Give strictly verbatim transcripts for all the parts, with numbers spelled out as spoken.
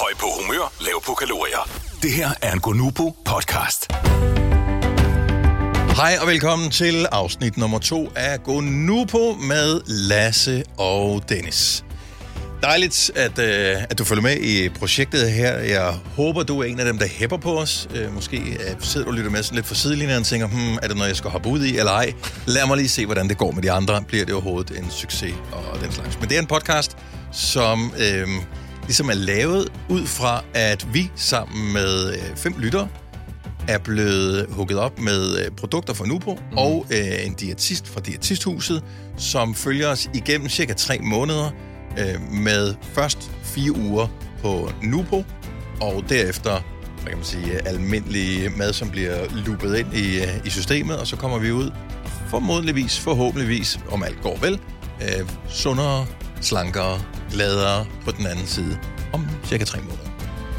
Høj på humør, lav på kalorier. Det her er en Gonnupo podcast. Hej og velkommen til afsnit nummer to af Gonnupo med Lasse og Dennis. Dejligt, at, øh, at du følger med i projektet her. Jeg håber, du er en af dem, der hæpper på os. Øh, måske øh, sidder du og lytter med sådan lidt for sidelinjen og tænker, hmm, er det noget, jeg skal hoppe ud i, eller ej? Lad mig lige se, hvordan det går med de andre. Bliver det overhovedet en succes og den slags. Men det er en podcast, som øh, ligesom er lavet ud fra, at vi sammen med øh, fem lyttere er blevet hugget op med øh, produkter fra Nupo mm. og øh, en diætist fra Diætisthuset, som følger os igennem cirka tre måneder med først fire uger på Nupo, og derefter, hvad kan man sige, almindelig mad, som bliver loopet ind i, i systemet, og så kommer vi ud, formodentligvis, forhåbentligvis, om alt går vel, øh, sundere, slankere, gladere på den anden side om cirka tre måneder.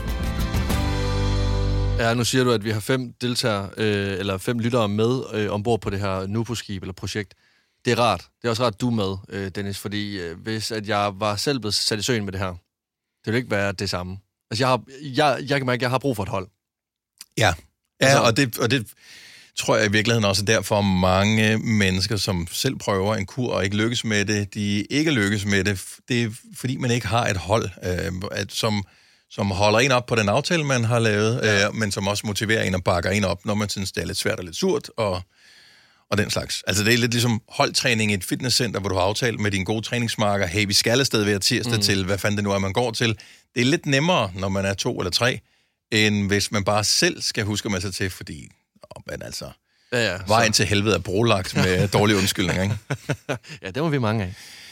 Ja, nu siger du, at vi har fem deltagere, øh, eller fem lyttere med øh, ombord på det her Nupo-skib eller projekt. Det er rart. Det er også rart, at du er med, øh, Dennis, fordi øh, hvis at jeg var selv blevet sat i søen med det her, det ville ikke være det samme. Altså, jeg, har, jeg, jeg kan mærke, at jeg har brug for et hold. Ja, ja altså, og, det, og det tror jeg i virkeligheden også er derfor mange mennesker, som selv prøver en kur og ikke lykkes med det, de ikke lykkes med det, det er fordi, man ikke har et hold, øh, at, som, som holder en op på den aftale, man har lavet, ja. øh, men som også motiverer en og bakker en op, når man synes, det er lidt svært og lidt surt, og og den slags. Altså, det er lidt ligesom holdtræning i et fitnesscenter, hvor du har aftalt med dine gode træningsmarker, hey, vi skal afsted hver tirsdag mm. til, hvad fanden det nu er, man går til. Det er lidt nemmere, når man er to eller tre, end hvis man bare selv skal huske med sig til, fordi, oh, men altså, ja, ja, vejen til helvede er brolagt med dårlige undskyldninger, ikke? Ja, det må vi mange af.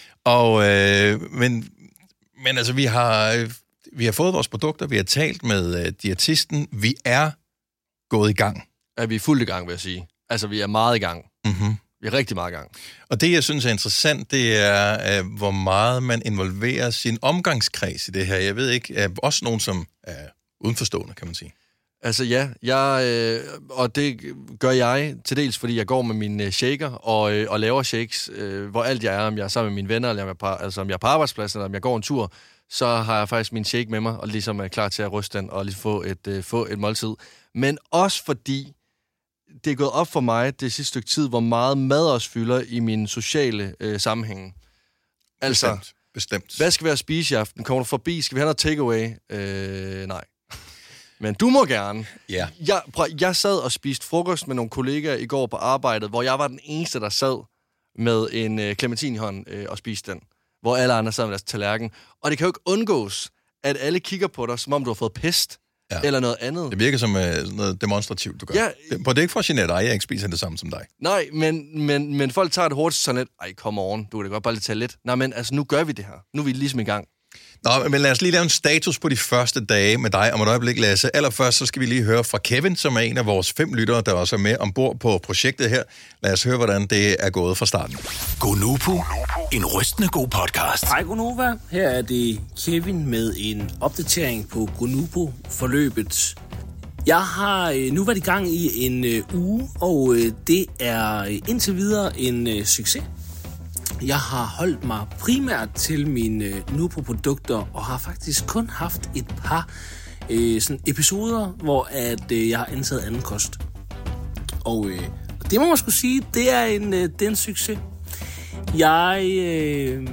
Og, øh, men, men altså, vi har, vi har fået vores produkter, vi har talt med uh, diætisten, vi er gået i gang. Ja, vi er fuldt i gang, vil jeg sige. Altså, vi er meget i gang. Mm-hmm. Vi er rigtig meget i gang. Og det, jeg synes er interessant, det er, uh, hvor meget man involverer sin omgangskreds i det her. Jeg ved ikke, uh, også nogen, som er udenforstående, kan man sige. Altså ja, jeg, øh, og det gør jeg til dels, fordi jeg går med mine shaker og, øh, og laver shakes, øh, hvor alt jeg er, om jeg er sammen med mine venner, eller om jeg er på, altså, om jeg er på arbejdspladsen, eller om jeg går en tur, så har jeg faktisk min shake med mig, og ligesom er klar til at ryste den, og ligesom få et, øh, få et måltid. Men også fordi det er gået op for mig det sidste stykke tid, hvor meget mad også fylder i mine sociale øh, sammenhænge. Altså, bestemt, bestemt. Hvad skal vi have at spise i aften? Kommer du forbi? Skal vi have noget takeaway? Øh, nej. Men du må gerne. Ja. Jeg, prøv, jeg sad og spiste frokost med nogle kollegaer i går på arbejdet, hvor jeg var den eneste, der sad med en øh, clementin i hånden øh, og spiste den. Hvor alle andre sad med deres tallerken. Og det kan jo ikke undgås, at alle kigger på dig, som om du har fået pest. Ja. Eller noget andet. Det virker som uh, noget demonstrativt, du gør. Ja, det, det er ikke for at genere dig, jeg ikke spiser det samme som dig. Nej, men, men, men folk tager det hurtigt sådan lidt, ej, come on, du kan da godt bare lige tage lidt. Nej, men altså, nu gør vi det her. Nu er vi ligesom i gang. Nå, men lad os lige lave en status på de første dage med dig om et øjeblik, Lasse. Allerførst så skal vi lige høre fra Kevin, som er en af vores fem lyttere, der også er med ombord på projektet her. Lad os høre, hvordan det er gået fra starten. Gonnupo, en rystende god podcast. Hej Gonova, her er det Kevin med en opdatering på Gonnupo-forløbet. Jeg har nu været i gang i en uge, og det er indtil videre en succes. Jeg har holdt mig primært til mine Nupo-produkter, og har faktisk kun haft et par øh, sådan episoder, hvor at, øh, jeg har antaget anden kost. Og øh, det må man sgu sige, det er en, øh, det er en succes. Jeg øh,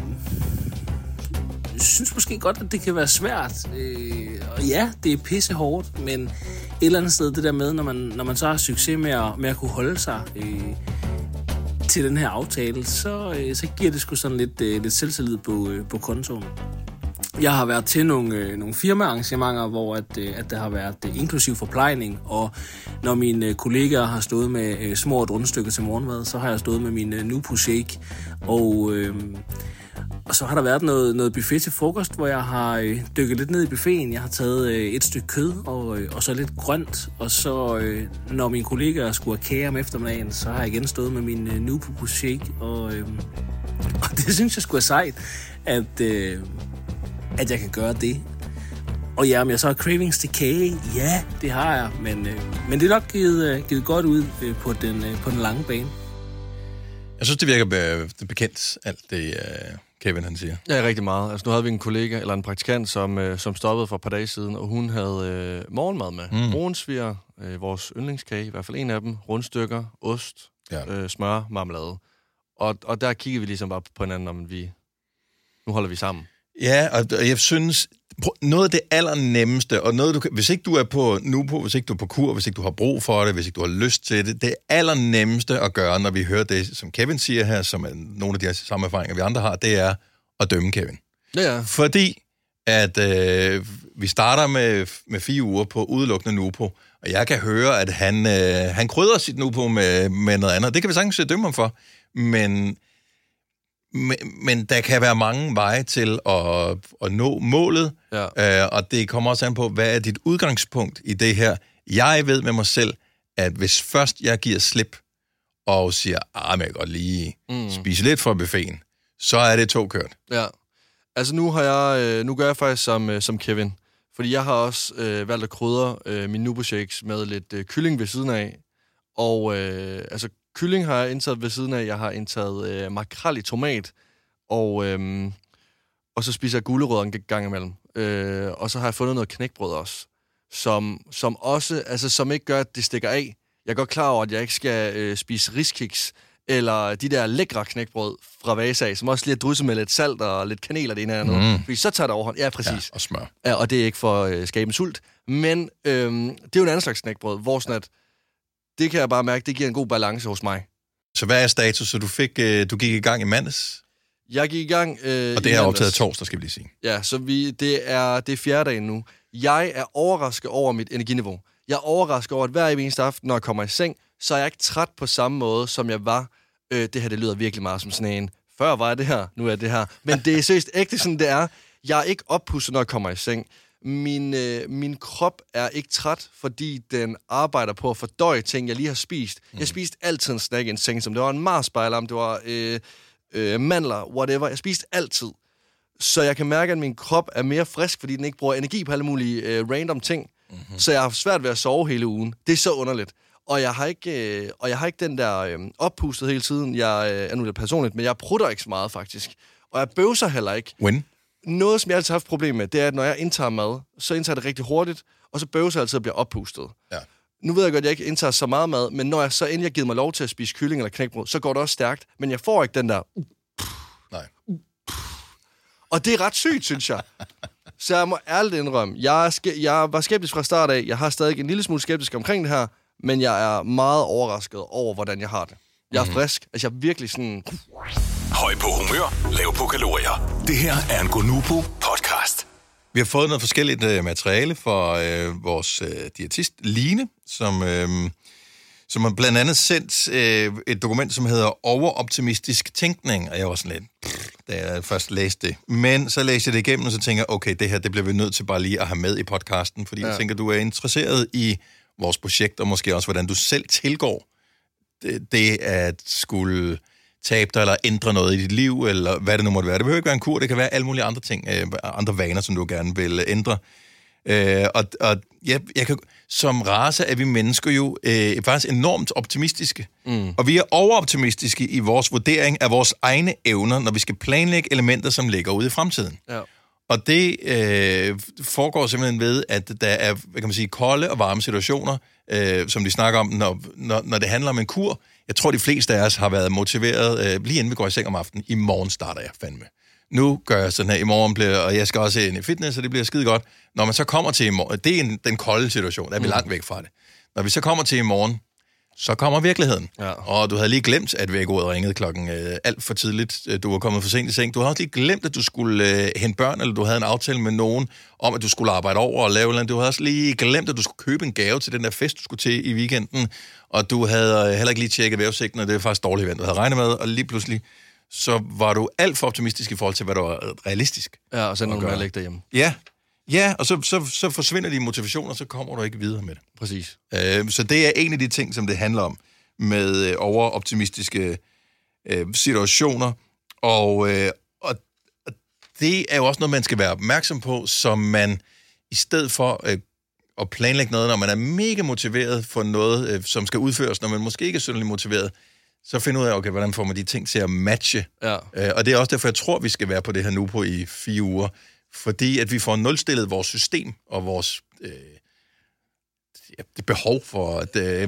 synes måske godt, at det kan være svært. Øh, og ja, det er pisse hårdt, men et eller andet sted det der med, når man, når man så har succes med at, med at kunne holde sig Øh, til den her aftale, så, øh, så giver det sgu sådan lidt, øh, lidt selvtillid på, øh, på kontoen. Jeg har været til nogle, øh, nogle firmaarrangementer, hvor at, øh, at der har været øh, inklusiv forplejning, og når mine øh, kollegaer har stået med øh, små og rundstykker til morgenmad, så har jeg stået med min øh, Nupo shake, og, øh, og så har der været noget, noget buffet til frokost, hvor jeg har øh, dykket lidt ned i buffeten. Jeg har taget øh, et stykke kød og, øh, og så lidt grønt, og så øh, når mine kollegaer skulle have kage om eftermiddagen, så har jeg igen stået med min øh, Nupo shake, og, øh, og det synes jeg sgu er sejt, at, øh, at jeg kan gøre det. Og ja, om jeg så har cravings til kage, ja, det har jeg, men, øh, men det er nok givet, øh, givet godt ud øh, på, den, øh, på den lange bane. Jeg synes, det virker be- bekendt, alt det, Kevin han siger. Ja, rigtig meget. Altså, nu havde vi en kollega, eller en praktikant, som, øh, som stoppede for et par dage siden, og hun havde øh, morgenmad med. Mm. Brunsviger, øh, vores yndlingskage, i hvert fald en af dem, rundstykker, ost, ja. øh, smør, marmelade. Og, og der kiggede vi ligesom bare på hinanden, om vi... Nu holder vi sammen. Ja, og jeg synes, noget af det allernemmeste, og noget, du kan, hvis ikke du er på nu på, hvis ikke du er på kur, hvis ikke du har brug for det, hvis ikke du har lyst til det, det allernemmeste at gøre, når vi hører det, som Kevin siger her, som er nogle af de samme erfaringer, vi andre har, det er at dømme Kevin. Ja, ja. Fordi at øh, vi starter med, med fire uger på udelukkende Nupo, og jeg kan høre, at han, øh, han krydder sit Nupo med, med noget andet. Det kan vi sagtens dømme ham for, men... Men, men der kan være mange veje til at, at nå målet, ja. øh, og det kommer også an på, hvad er dit udgangspunkt i det her. Jeg ved med mig selv, at hvis først jeg giver slip og siger, ah, men jeg kan godt lige mm. spise lidt fra buffeten, så er det togkørt. Ja, altså nu har jeg, nu gør jeg faktisk som, som Kevin, fordi jeg har også øh, valgt at krydre øh, mine Nubo shakes med lidt øh, kylling ved siden af, og øh, altså kylling har jeg indtaget ved siden af. Jeg har indtaget øh, makrel i tomat, og, øhm, og så spiser jeg gulerødder en gang imellem. Øh, og så har jeg fundet noget knækbrød også, som, som også, altså som ikke gør, at det stikker af. Jeg er godt klar over, at jeg ikke skal øh, spise riskiks, eller de der lækre knækbrød fra Vasa, som også lige er drysset med lidt salt og lidt kanel og det ene eller andet. Mm. Fordi så tager det overhånd. Ja, præcis. Ja, og smør. Ja, og det er ikke for at øh, skabe en sult. Men øhm, det er jo en anden slags knækbrød, hvor sådan at det kan jeg bare mærke, det giver en god balance hos mig. Så hvad er status? Så du, fik, du gik i gang i mandags? Jeg gik i gang øh, og det er optaget torsdag, skal vi lige sige. Ja, så vi, det, er, det er fjerde dagen nu. Jeg er overrasket over mit energiniveau. Jeg er overrasket over, at hver eneste aften, når jeg kommer i seng, så er jeg ikke træt på samme måde, som jeg var. Øh, det her, det lyder virkelig meget som sådan en. Før var jeg det her, nu er jeg det her. Men det er seriøst ægte, sådan det er. Jeg er ikke oppustet, når jeg kommer i seng. Min, øh, min krop er ikke træt, fordi den arbejder på at fordøje ting, jeg lige har spist. Mm. Jeg spiste altid en snack i en seng, som det var en Mars-spejler, om det var øh, øh, mandler, whatever. Jeg spiste altid. Så jeg kan mærke, at min krop er mere frisk, fordi den ikke bruger energi på alle mulige øh, random ting. Mm-hmm. Så jeg har haft svært ved at sove hele ugen. Det er så underligt. Og jeg har ikke, øh, og jeg har ikke den der øh, oppustet hele tiden. Jeg øh, er nu lidt personligt, men jeg prutter ikke så meget, faktisk. Og jeg bøvser heller ikke. When? Noget, som jeg altid har haft problem med, det er, at når jeg indtager mad, så indtager det rigtig hurtigt, og så bøvser jeg altid og bliver oppustet. Ja. Nu ved jeg godt, at jeg ikke indtager så meget mad, men når jeg så endelig har givet mig lov til at spise kylling eller knækbrød, så går det også stærkt, men jeg får ikke den der... Nej. Og det er ret sygt, synes jeg. Så jeg må ærligt indrømme, jeg, er ske- jeg var skeptisk fra start af, jeg har stadig en lille smule skeptisk omkring det her, men jeg er meget overrasket over, hvordan jeg har det. Jeg er mm-hmm. frisk, altså jeg er virkelig sådan... Høj på humør, lav på kalorier. Det her er en Gonupo podcast. Vi har fået noget forskelligt uh, materiale fra uh, vores uh, diætist Line, som, uh, som har blandt andet sendt uh, et dokument, som hedder Overoptimistisk tænkning. Og jeg var sådan lidt, pff, da jeg først læste det. Men så læste jeg det igennem, og så tænker jeg, okay, det her det bliver vi nødt til bare lige at have med i podcasten, fordi ja. jeg tænker, du er interesseret i vores projekt, og måske også, hvordan du selv tilgår det, det at skulle tabe dig, eller ændre noget i dit liv, eller hvad det nu måtte være. Det behøver ikke være en kur, det kan være alle mulige andre ting, øh, andre vaner, som du gerne vil ændre. Øh, og og ja, jeg kan, som race er vi mennesker jo øh, faktisk enormt optimistiske. Mm. Og vi er overoptimistiske i vores vurdering af vores egne evner, når vi skal planlægge elementer, som ligger ude i fremtiden. Ja. Og det øh, foregår simpelthen ved, at der er, hvad kan man sige, kolde og varme situationer, øh, som de snakker om, når, når, når det handler om en kur. Jeg tror, de fleste af os har været motiveret, øh, lige inden vi går i seng om aftenen. I morgen starter jeg fandme. Nu gør jeg sådan her, i morgen bliver, og jeg skal også ind i fitness, så det bliver skide godt. Når man så kommer til i morgen, det er en, den kolde situation, der er vi langt væk fra det. Når vi så kommer til i morgen, så kommer virkeligheden. Ja. Og du havde lige glemt, at vækkeordet ringede klokken øh, alt for tidligt. Du var kommet for sent i seng. Du havde også lige glemt, at du skulle øh, hente børn, eller du havde en aftale med nogen om, at du skulle arbejde over og lave noget. Du havde også lige glemt, at du skulle købe en gave til den der fest, du skulle til i weekenden. Og du havde øh, heller ikke lige tjekket vejrudsigten, og det er faktisk dårligt event, du havde regnet med. Og lige pludselig, så var du alt for optimistisk i forhold til, hvad der var realistisk. Ja, og så er nogen, der ligger derhjemme. Ja. Ja, og så, så, så forsvinder de motivationer, så kommer du ikke videre med det. Præcis. Øh, så det er en af de ting, som det handler om, med øh, overoptimistiske øh, situationer. Og, øh, og, og det er jo også noget, man skal være opmærksom på, som man i stedet for øh, at planlægge noget, når man er mega motiveret for noget, øh, som skal udføres, når man måske ikke er synderligt motiveret, så finde ud af, okay, hvordan får man de ting til at matche. Ja. Øh, og det er også derfor, jeg tror, vi skal være på det her nu på i fire uger. Fordi at vi får nulstillet vores system og vores øh, det behov for at, øh,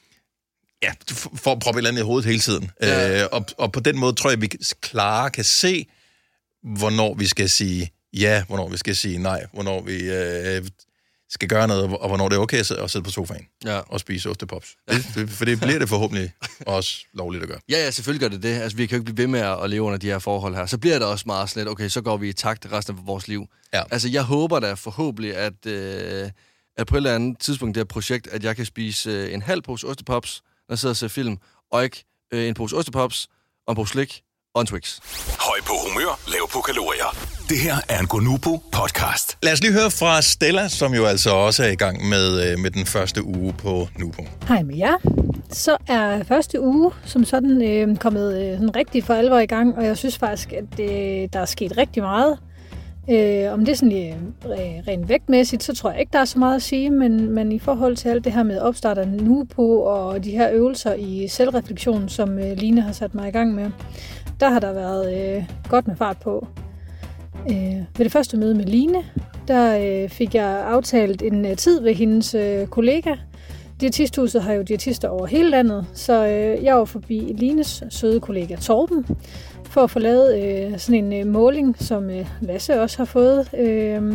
ja, for at proppe et eller andet i hovedet hele tiden. Ja. Øh, og, og på den måde tror jeg, at vi klare kan se, hvornår vi skal sige ja, hvornår vi skal sige nej, hvornår vi øh, skal gøre noget, og hvornår det er okay at sidde på sofaen ja. og spise ostepops. Ja. Det, det, for det bliver det forhåbentlig også lovligt at gøre. Ja, ja, selvfølgelig gør det det. Altså, vi kan jo ikke blive ved med at leve under de her forhold her. Så bliver det også meget slet, okay, så går vi i takt resten af vores liv. Ja. Altså, jeg håber da forhåbentlig, at, øh, at på et eller andet tidspunkt det her projekt, at jeg kan spise øh, en halv pose ostepops, når jeg sidder og ser film, og ikke øh, en pose ostepops, og en pose slik, og en Twix. Høj på humør, lav på kalorier. Det her er en Gonnupo podcast. Lad os lige høre fra Stella, som jo altså også er i gang med, med den første uge på Nupo. Hej med jer. Så er første uge som sådan øh, kommet øh, sådan rigtig for alvor i gang, og jeg synes faktisk, at øh, der er sket rigtig meget. Øh, om det er sådan øh, rent vægtmæssigt, så tror jeg ikke, der er så meget at sige, men, men i forhold til alt det her med opstarter Nupo og de her øvelser i selvreflektion, som øh, Line har sat mig i gang med, der har der været øh, godt med fart på. Øh, ved det første møde med Line, der øh, fik jeg aftalt en øh, tid ved hendes øh, kollega. Diætisthuset har jo diætister over hele landet, så øh, jeg var forbi Lines søde kollega Torben, for at få lavet øh, sådan en øh, måling, som øh, Lasse også har fået. Øh,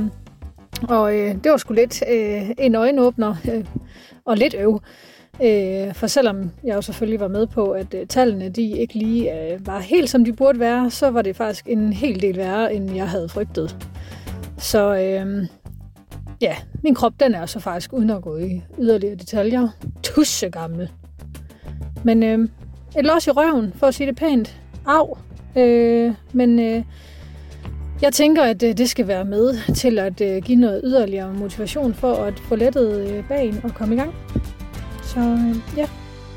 og øh, det var sgu lidt øh, en øjenåbner øh, og lidt øv. Øh, for selvom jeg jo selvfølgelig var med på, at øh, tallene de ikke lige øh, var helt som de burde være, så var det faktisk en hel del værre, end jeg havde frygtet. Så øh, ja, min krop den er så faktisk uden at gå i yderligere detaljer. Tusse gammel. Men øh, et los i røven, for at sige det pænt. Au. Øh, men øh, jeg tænker, at øh, det skal være med til at øh, give noget yderligere motivation for at få lettet øh, bagen og komme i gang. Så øh, ja.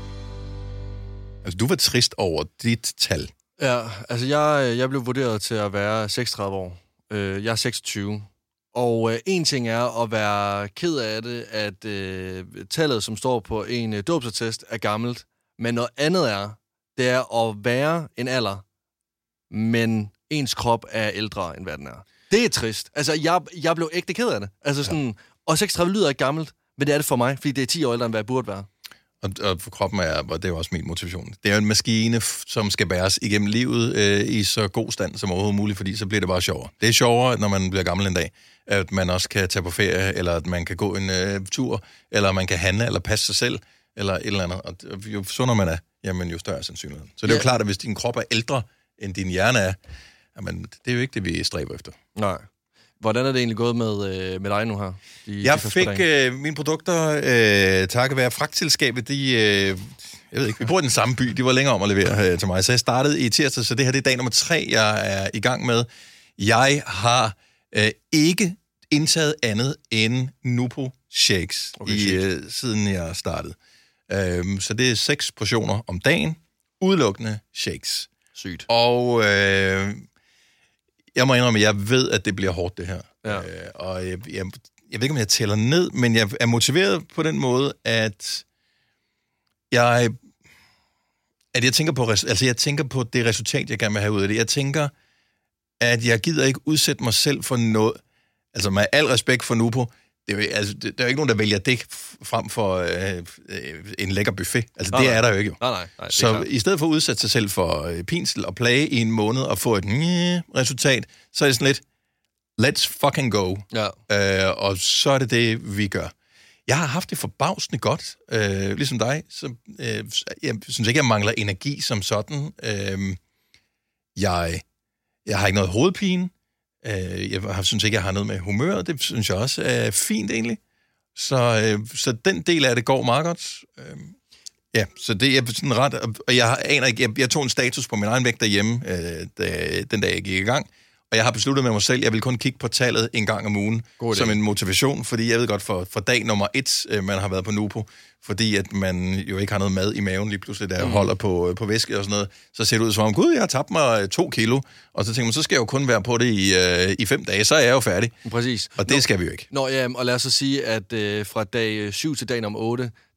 Altså, du var trist over dit tal. Ja, altså jeg, jeg blev vurderet til at være seksogtredive år. Øh, jeg er seksogtyve. Og øh, en ting er at være ked af det, at øh, tallet, som står på en øh, dåbsattest, er gammelt. Men noget andet er, det er at være en alder, men ens krop er ældre, end hvad den er. Det er trist. Altså, jeg, jeg blev ægte ked af det. Altså sådan, ja. Og seksogtredive lyder ikke gammelt, men det er det for mig, fordi det er ti år ældre, end hvad jeg burde være. Og, og for kroppen er, og det er jo også min motivation. Det er jo en maskine, som skal bæres igennem livet øh, i så god stand som overhovedet muligt, fordi så bliver det bare sjovere. Det er sjovere, når man bliver gammel en dag, at man også kan tage på ferie, eller at man kan gå en øh, tur, eller man kan handle, eller passe sig selv, eller et eller andet. Og jo sundere man er, jamen jo større sandsynlighed. Så det er jo ja. klart, at hvis din krop er ældre, end din hjerne er, jamen det er jo ikke det, vi stræber efter. Nej. Hvordan er det egentlig gået med, øh, med dig nu her? De, jeg de fik øh, mine produkter, øh, takket være fragtselskabet, de, øh, jeg ved ikke, vi bor i den samme by, de var længere om at levere øh, til mig, så jeg startede i tirsdag, så det her det er dag nummer tre, jeg er i gang med. Jeg har øh, ikke indtaget andet end Nupo Shakes, okay, i, øh, siden jeg startede. Øh, så det er seks portioner om dagen, udelukkende shakes. Sygt. Og øh, jeg må indrømme, at jeg ved, at det bliver hårdt, det her. Ja. Øh, og jeg, jeg, jeg ved ikke, om jeg tæller ned, men jeg er motiveret på den måde, at jeg, at jeg tænker på, altså jeg tænker på det resultat, jeg gerne vil have ud af det. Jeg tænker, at jeg gider ikke udsætte mig selv for noget, altså med al respekt for Nupo, det er, jo, altså, der er jo ikke nogen, der vælger det frem for øh, en lækker buffet. Altså, nej, det er der jo ikke. Jo. Nej, nej, nej, så klart. I stedet for at udsætte sig selv for øh, pinsel og plage i en måned og få et nye resultat, så er det sådan lidt, let's fucking go. Ja. Øh, og så er det det, vi gør. Jeg har haft det forbavsende godt, øh, ligesom dig. Så, øh, jeg synes ikke, jeg mangler energi som sådan. Øh, jeg, jeg har ikke noget hovedpine. Jeg synes ikke, jeg har noget med humør. Det synes jeg også er fint, egentlig. Så, så den del af det går meget godt. Ja, så det er sådan ret... Og jeg aner ikke... Jeg, jeg tog en status på min egen vægt derhjemme, da, den dag jeg gik i gang. Og jeg har besluttet med mig selv, at jeg vil kun kigge på tallet en gang om ugen som en motivation, fordi jeg ved godt, for, for dag nummer et, man har været på Nupo, fordi at man jo ikke har noget mad i maven lige pludselig, der mm. holder på, på væske og sådan noget, så ser det ud som om, gud, jeg har tabt mig to kilo, og så tænker man, så skal jeg jo kun være på det i, øh, i fem dage, så er jeg jo færdig. Præcis. Og det Nå, skal vi jo ikke. Nå ja, og lad os så sige, at øh, fra dag syv til dag nummer otte,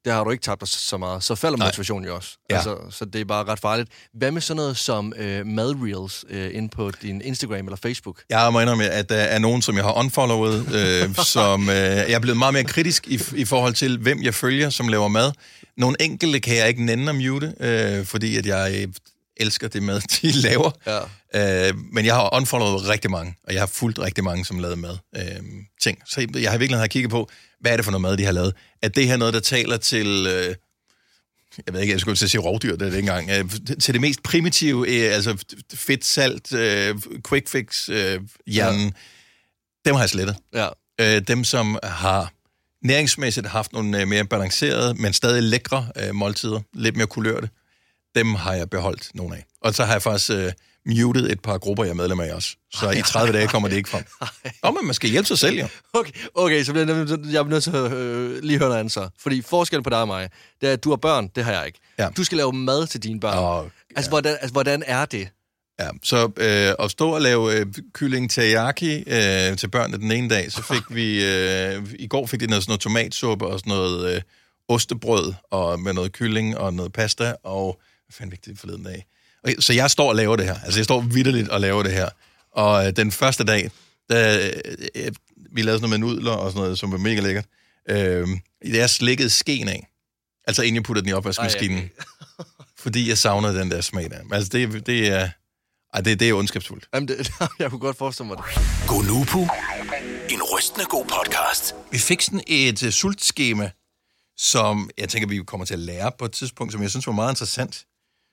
der har du ikke tabt dig så meget. Så falder motivationen jo også. Ja. Altså, så det er bare ret farligt. Hvad med sådan noget som øh, madreels øh, inde på din Instagram eller Facebook? Jeg må indrømme, at der er nogen, som jeg har unfollowet, øh, som øh, jeg er blevet meget mere kritisk i, i forhold til, hvem jeg følger, som laver mad. Nogle enkelte kan jeg ikke nænde at mute, øh, fordi at jeg elsker det mad, de laver. Ja. Øh, men jeg har unfollowet rigtig mange, og jeg har fulgt rigtig mange, som lavede mad øh, ting. Så jeg har virkelig har kigget på, hvad er det for noget mad, de har lavet? Er det her noget, der taler til, øh, jeg ved ikke, jeg skulle til at sige rovdyr, det er det ikke engang, øh, til det mest primitive, øh, altså fedt, salt, øh, quick fix, øh, hjernen, ja. Dem har jeg slettet. Ja. Øh, dem, som har næringsmæssigt haft nogle øh, mere balancerede, men stadig lækre øh, måltider, lidt mere kulørte, dem har jeg beholdt nogle af. Og så har jeg faktisk øh, muted et par grupper, jeg er medlem af også. Så i tredive dage kommer det ikke frem. Nå, men man skal hjælpe sig selv, jo. Okay, okay, så bliver jeg, jeg er nødt til at øh, lige høre noget andet så. Fordi forskellen på dig og mig, det er, at du har børn, det har jeg ikke. Ja. Du skal lave mad til dine børn. Oh, altså, ja. hvordan, altså, hvordan er det? Ja, så øh, at stå og lave øh, kylling teriyaki øh, til børnene den ene dag, så fik vi, øh, i går fik de noget, sådan noget tomatsuppe og sådan noget øh, ostebrød og med noget kylling og noget pasta, og hvad fanden fik det forleden dag? Okay, så jeg står og laver det her. Altså, jeg står vitterligt og laver det her. Og øh, den første dag, da øh, vi lavede sådan noget med nudler og sådan noget, som var mega lækkert, øh, jeg slikkede skeen af. Altså, inden jeg puttede den i opvaskemaskinen. Ej, okay. Fordi jeg savnede den der smag der. Altså, det, det er... Ej, det, det er ondskabsfuldt. Jamen, det, jeg kunne godt forestille mig det. Go Nupo. En rystende god podcast. Vi fik sådan et uh, sultskema, som jeg tænker, vi kommer til at lære på et tidspunkt, som jeg synes var meget interessant.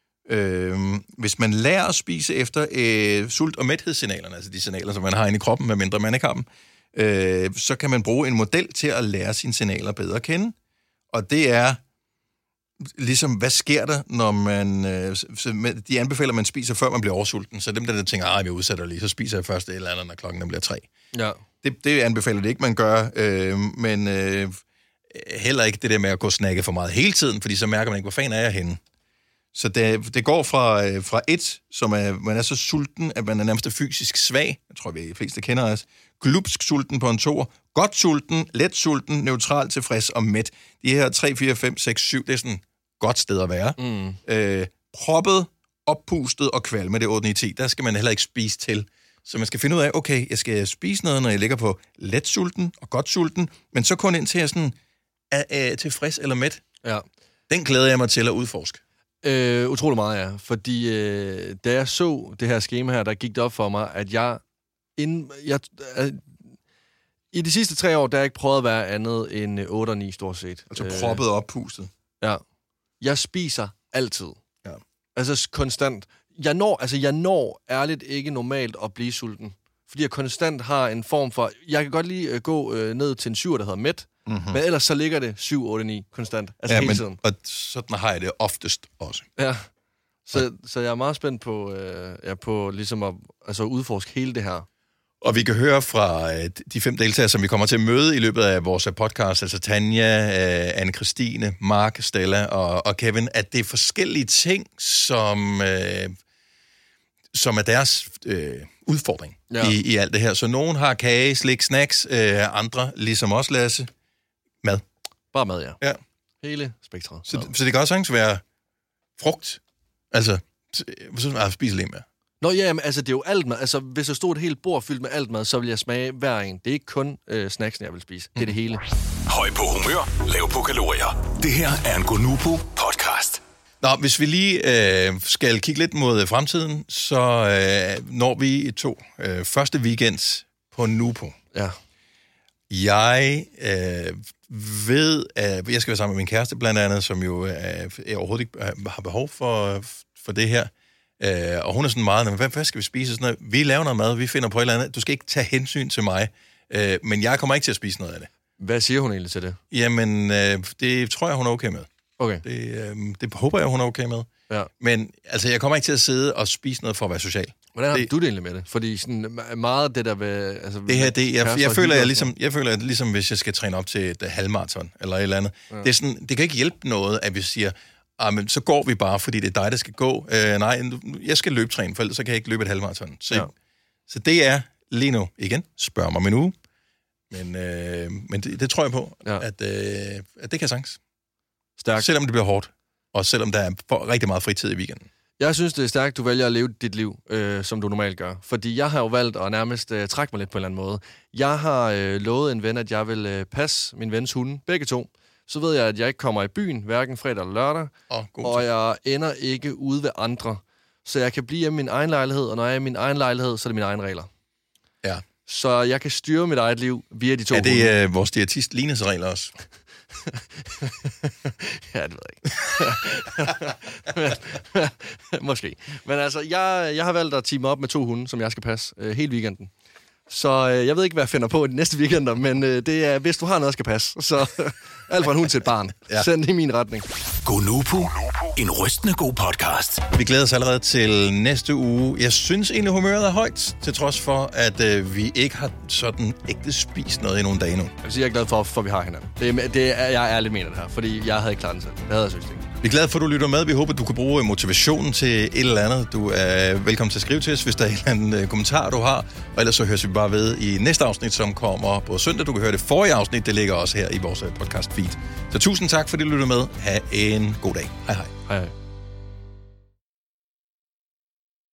Øh, hvis man lærer at spise efter øh, sult- og mæthedssignalerne, altså de signaler, som man har inde i kroppen, medmindre man ikke har dem, øh, så kan man bruge en model til at lære sine signaler bedre at kende. Og det er ligesom, hvad sker der, når man... Øh, de anbefaler, at man spiser, før man bliver oversulten. Så dem, der tænker, at jeg udsætter lige, så spiser jeg først et eller andet, når klokken bliver tre. Ja. Det, det anbefaler det ikke, man gør. Øh, men øh, heller ikke det der med at gå og snakke for meget hele tiden, fordi så mærker man ikke, hvor fanden er jeg henne. Så det, det går fra, øh, fra et, som er, man er så sulten, at man er nærmest fysisk svag. Jeg tror, vi de fleste kender os. Glupsk sulten på en toer. Godt sulten, let sulten, neutral, tilfreds og mæt. De her tre, fire, fem, seks, syv, det er sådan godt sted at være. Mm. Øh, proppet, oppustet og kvalme, det er otte ni ti. Der skal man heller ikke spise til. Så man skal finde ud af, okay, jeg skal spise noget, når jeg ligger på let sulten og godt sulten, men så kun indtil jeg sådan er, er tilfreds eller mæt. Ja. Den glæder jeg mig til at udforske. Øh, utrolig meget, ja. Fordi øh, da jeg så det her skema her, der gik det op for mig, at jeg, inden, jeg øh, i de sidste tre år, der har jeg ikke prøvet at være andet end otte og ni stort set. Altså proppet og oppustet. Ja. Jeg spiser altid. Ja. Altså konstant. Jeg når, altså jeg når ærligt ikke normalt at blive sulten. Fordi jeg konstant har en form for... Jeg kan godt lige uh, gå uh, ned til en syver, der hedder mæt. Mm-hmm. Men ellers så ligger det syv, otte, ni konstant. Altså ja, hele men, tiden. Og sådan har jeg det oftest også. Ja. Så, ja. så jeg er meget spændt på, uh, ja, på ligesom at altså udforske hele det her. Og vi kan høre fra uh, de fem deltagere, som vi kommer til at møde i løbet af vores podcast, altså Tanja, uh, Anne-Christine, Mark, Stella og, og Kevin, at det er forskellige ting, som, uh, som er deres uh, udfordring ja. i, i alt det her. Så nogen har kage, slik, snacks, uh, andre, ligesom os, Lasse, mad. Bare mad, ja. ja. Hele spektret. Så, så det kan også sagtens være frugt. Altså, så jeg spiser lidt mere. Nå ja, men altså det er jo alt mad. Altså hvis der stod et helt bord fyldt med alt mad, så vil jeg smage hver en. Det er ikke kun øh, snacksen, jeg vil spise. Det er det hele. Høj på humør, lav på kalorier. Det her er en Go Nupo podcast. Nå, hvis vi lige øh, skal kigge lidt mod fremtiden, så øh, når vi to øh, første weekends på Nupo. Ja. Jeg øh, ved, at jeg skal være sammen med min kæreste blandt andet, som jo øh, er overhovedet ikke har behov for, for det her. Øh, og hun er sådan meget, hvad, hvad skal vi spise? Sådan noget. Vi laver noget mad, vi finder på et eller andet. Du skal ikke tage hensyn til mig, øh, men jeg kommer ikke til at spise noget af det. Hvad siger hun egentlig til det? Jamen, øh, det tror jeg, hun er okay med. Okay. Det, øh, det håber jeg, hun er okay med. Ja. Men altså, jeg kommer ikke til at sidde og spise noget for at være social. Hvordan har det, du det egentlig med det? Fordi sådan meget det der ved... Altså, det her, det, jeg, jeg, jeg, føler, jeg, ligesom, jeg føler, at ligesom hvis jeg skal træne op til et halvmarathon eller et eller andet, ja. det, er sådan, det kan ikke hjælpe noget, at vi siger, ah, men så går vi bare, fordi det er dig, der skal gå. Uh, nej, jeg skal løbetræne, for ellers så kan jeg ikke løbe et halvmarathon. Så, ja. så det er lige nu, igen, spørg mig om en uge, men, øh, men det, det tror jeg på, ja. at, øh, at det kan sagtens. Stærkt. Selvom det bliver hårdt, og selvom der er for, rigtig meget fritid i weekenden. Jeg synes, det er stærkt, du vælger at leve dit liv, øh, som du normalt gør. Fordi jeg har jo valgt at nærmest øh, trække mig lidt på en eller anden måde. Jeg har øh, lovet en ven, at jeg vil øh, passe min vens hunde, begge to. Så ved jeg, at jeg ikke kommer i byen, hverken fredag eller lørdag. Oh, og jeg ender ikke ude ved andre. Så jeg kan blive hjemme i min egen lejlighed, og når jeg er i min egen lejlighed, så er det mine egne regler. Ja. Så jeg kan styre mit eget liv via de to hunde. hunde. Er det øh, vores diætist Lines regler også? Ja, det ved jeg ikke. Måske. Men altså, jeg, jeg har valgt at teame op med to hunde, som jeg skal passe øh, hele weekenden. Så øh, jeg ved ikke, hvad jeg finder på i de næste weekender, men øh, det er, hvis du har noget, der skal passe. Så øh, alt fra en hund til et barn. Ja. Send det i min retning. Go Nupo. En rystende god podcast. Vi glæder os allerede til næste uge. Jeg synes egentlig, humøret er højt, til trods for, at øh, vi ikke har sådan ægte spist noget i nogle dage nu. Jeg vil sige, jeg er glad for, for vi har hinanden. Det, det er, jeg er ærligt mener det her, fordi jeg havde ikke klaret det selv. Det havde jeg synes ikke. Vi er glade for, at du lytter med. Vi håber, du kan bruge motivationen til et eller andet. Du er velkommen til at skrive til os, hvis der er en eller anden kommentar, du har. Og ellers så høres vi bare ved i næste afsnit, som kommer på søndag. Du kan høre det forrige afsnit. Det ligger også her i vores podcast feed. Så tusind tak, fordi du lytter med. Ha' en god dag. Hej hej. Hej hej.